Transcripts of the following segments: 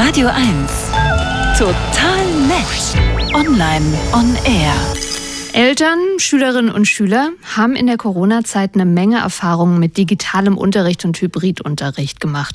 Radio 1. Total nett. Online on Air. Eltern, Schülerinnen und Schüler haben in der Corona-Zeit eine Menge Erfahrungen mit digitalem Unterricht und Hybridunterricht gemacht.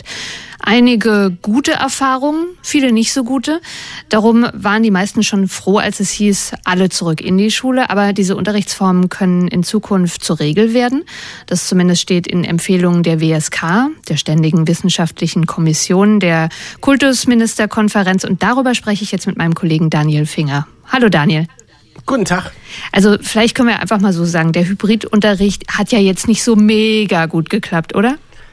Einige gute Erfahrungen, viele nicht so gute. Darum waren die meisten schon froh, als es hieß, alle zurück in die Schule. Aber diese Unterrichtsformen können in Zukunft zur Regel werden. Das zumindest steht in Empfehlungen der WSK, der Ständigen Wissenschaftlichen Kommission, der Kultusministerkonferenz. Und darüber spreche ich jetzt mit meinem Kollegen Daniel Finger. Hallo Daniel. Guten Tag. Also vielleicht können wir einfach mal so sagen, der Hybridunterricht hat ja jetzt nicht so mega gut geklappt, oder?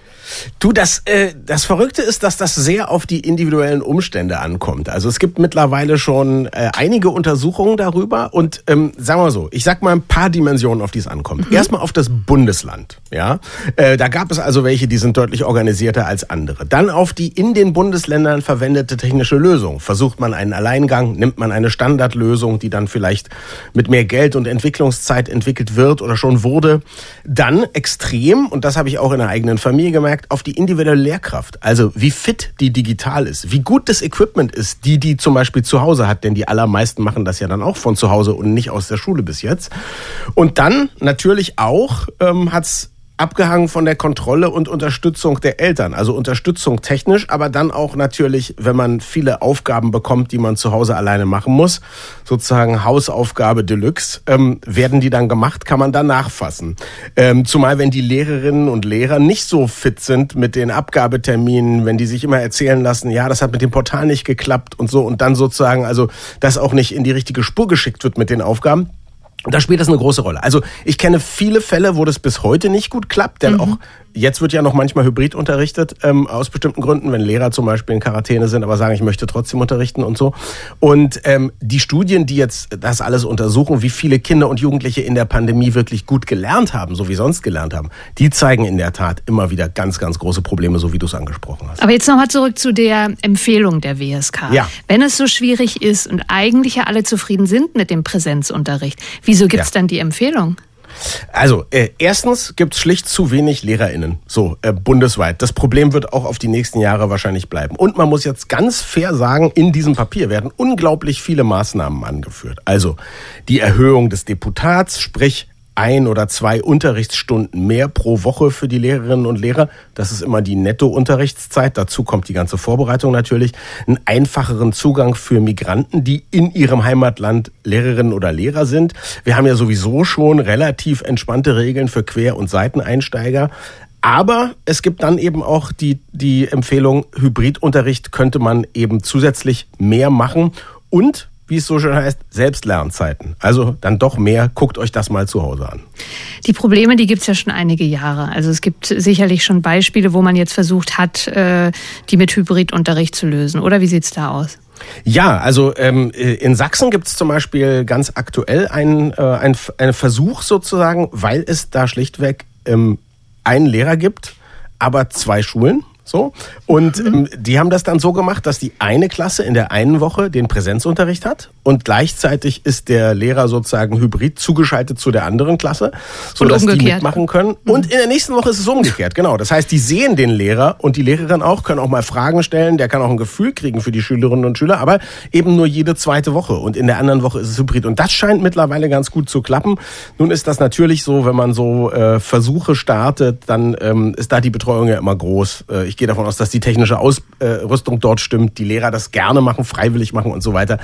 Du, das Verrückte ist, dass das sehr auf die individuellen Umstände ankommt. Also es gibt mittlerweile schon einige Untersuchungen darüber und sagen wir mal so, ich sag mal ein paar Dimensionen, auf die es ankommt. Erstmal auf das Bundesland. Ja, da gab es also welche, die sind deutlich organisierter als andere. Dann auf die in den Bundesländern verwendete technische Lösung. Versucht man einen Alleingang, nimmt man eine Standardlösung, die dann vielleicht mit mehr Geld und Entwicklungszeit entwickelt wird oder schon wurde. Dann extrem, und das habe ich auch in der eigenen Familie gemerkt, auf die individuelle Lehrkraft. Also wie fit die digital ist, wie gut das Equipment ist, die zum Beispiel zu Hause hat, denn die allermeisten machen das ja dann auch von zu Hause und nicht aus der Schule bis jetzt. Und dann natürlich auch hat's abgehangen von der Kontrolle und Unterstützung der Eltern. Also Unterstützung technisch, aber dann auch natürlich, wenn man viele Aufgaben bekommt, die man zu Hause alleine machen muss, sozusagen Hausaufgabe Deluxe, werden die dann gemacht, kann man dann nachfassen. Zumal wenn die Lehrerinnen und Lehrer nicht so fit sind mit den Abgabeterminen, wenn die sich immer erzählen lassen, ja, das hat mit dem Portal nicht geklappt und so und dann sozusagen, also das auch nicht in die richtige Spur geschickt wird mit den Aufgaben. Da spielt das eine große Rolle. Also ich kenne viele Fälle, wo das bis heute nicht gut klappt, denn auch jetzt wird ja noch manchmal Hybrid unterrichtet, aus bestimmten Gründen, wenn Lehrer zum Beispiel in Quarantäne sind, aber sagen, ich möchte trotzdem unterrichten und so. Und die Studien, die jetzt das alles untersuchen, wie viele Kinder und Jugendliche in der Pandemie wirklich gut gelernt haben, so wie sonst gelernt haben, die zeigen in der Tat immer wieder ganz, ganz große Probleme, so wie du es angesprochen hast. Aber jetzt nochmal zurück zu der Empfehlung der WSK. Ja. Wenn es so schwierig ist und eigentlich ja alle zufrieden sind mit dem Präsenzunterricht, wieso gibt es dann die Empfehlung? Also, erstens gibt's schlicht zu wenig LehrerInnen, so bundesweit. Das Problem wird auch auf die nächsten Jahre wahrscheinlich bleiben. Und man muss jetzt ganz fair sagen, in diesem Papier werden unglaublich viele Maßnahmen angeführt. Also die Erhöhung des Deputats, sprich 1 oder 2 Unterrichtsstunden mehr pro Woche für die Lehrerinnen und Lehrer. Das ist immer die Netto-Unterrichtszeit. Dazu kommt die ganze Vorbereitung natürlich. Einen einfacheren Zugang für Migranten, die in ihrem Heimatland Lehrerinnen oder Lehrer sind. Wir haben ja sowieso schon relativ entspannte Regeln für Quer- und Seiteneinsteiger. Aber es gibt dann eben auch die Empfehlung, Hybridunterricht könnte man eben zusätzlich mehr machen und wie es so schön heißt, Selbstlernzeiten. Also dann doch mehr, guckt euch das mal zu Hause an. Die Probleme, die gibt's ja schon einige Jahre. Also es gibt sicherlich schon Beispiele, wo man jetzt versucht hat, die mit Hybridunterricht zu lösen. Oder wie sieht's da aus? Ja, also in Sachsen gibt es zum Beispiel ganz aktuell einen Versuch sozusagen, weil es da schlichtweg einen Lehrer gibt, aber 2 Schulen. So. Und die haben das dann so gemacht, dass die eine Klasse in der einen Woche den Präsenzunterricht hat und gleichzeitig ist der Lehrer sozusagen hybrid zugeschaltet zu der anderen Klasse, sodass die mitmachen können. Und in der nächsten Woche ist es umgekehrt, genau. Das heißt, die sehen den Lehrer und die Lehrerin auch, können auch mal Fragen stellen, der kann auch ein Gefühl kriegen für die Schülerinnen und Schüler, aber eben nur jede zweite Woche und in der anderen Woche ist es hybrid. Und das scheint mittlerweile ganz gut zu klappen. Nun ist das natürlich so, wenn man so Versuche startet, dann ist da die Betreuung ja immer groß. Ich gehe davon aus, dass die technische Ausrüstung dort stimmt, die Lehrer das gerne machen, freiwillig machen und so weiter.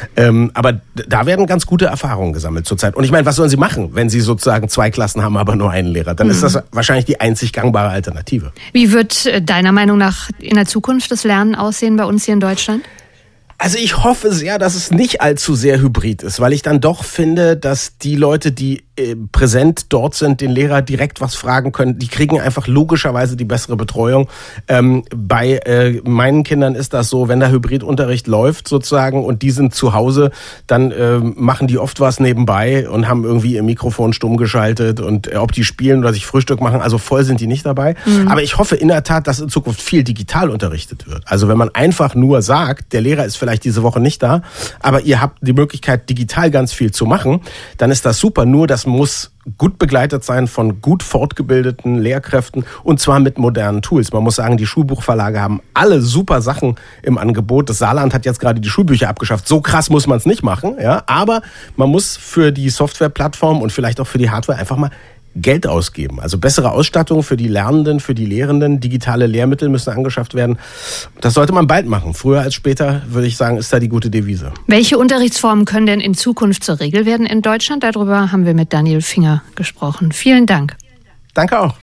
Aber da werden ganz gute Erfahrungen gesammelt zurzeit. Und ich meine, was sollen sie machen, wenn sie sozusagen 2 Klassen haben, aber nur einen Lehrer? Dann ist das wahrscheinlich die einzig gangbare Alternative. Wie wird deiner Meinung nach in der Zukunft das Lernen aussehen bei uns hier in Deutschland? Also ich hoffe sehr, dass es nicht allzu sehr hybrid ist, weil ich dann doch finde, dass die Leute, die präsent dort sind, den Lehrer direkt was fragen können, die kriegen einfach logischerweise die bessere Betreuung. Bei meinen Kindern ist das so, wenn der Hybridunterricht läuft sozusagen und die sind zu Hause, dann machen die oft was nebenbei und haben irgendwie ihr Mikrofon stumm geschaltet und ob die spielen oder sich Frühstück machen, also voll sind die nicht dabei. Aber ich hoffe in der Tat, dass in Zukunft viel digital unterrichtet wird. Also wenn man einfach nur sagt, der Lehrer ist vielleicht diese Woche nicht da, aber ihr habt die Möglichkeit, digital ganz viel zu machen, dann ist das super. Nur das das muss gut begleitet sein von gut fortgebildeten Lehrkräften und zwar mit modernen Tools. Man muss sagen, die Schulbuchverlage haben alle super Sachen im Angebot. Das Saarland hat jetzt gerade die Schulbücher abgeschafft. So krass muss man es nicht machen, ja. Aber man muss für die Softwareplattform und vielleicht auch für die Hardware einfach mal Geld ausgeben. Also bessere Ausstattung für die Lernenden, für die Lehrenden, digitale Lehrmittel müssen angeschafft werden. Das sollte man bald machen. Früher als später, würde ich sagen, ist da die gute Devise. Welche Unterrichtsformen können denn in Zukunft zur Regel werden in Deutschland? Darüber haben wir mit Daniel Finger gesprochen. Vielen Dank. Danke auch.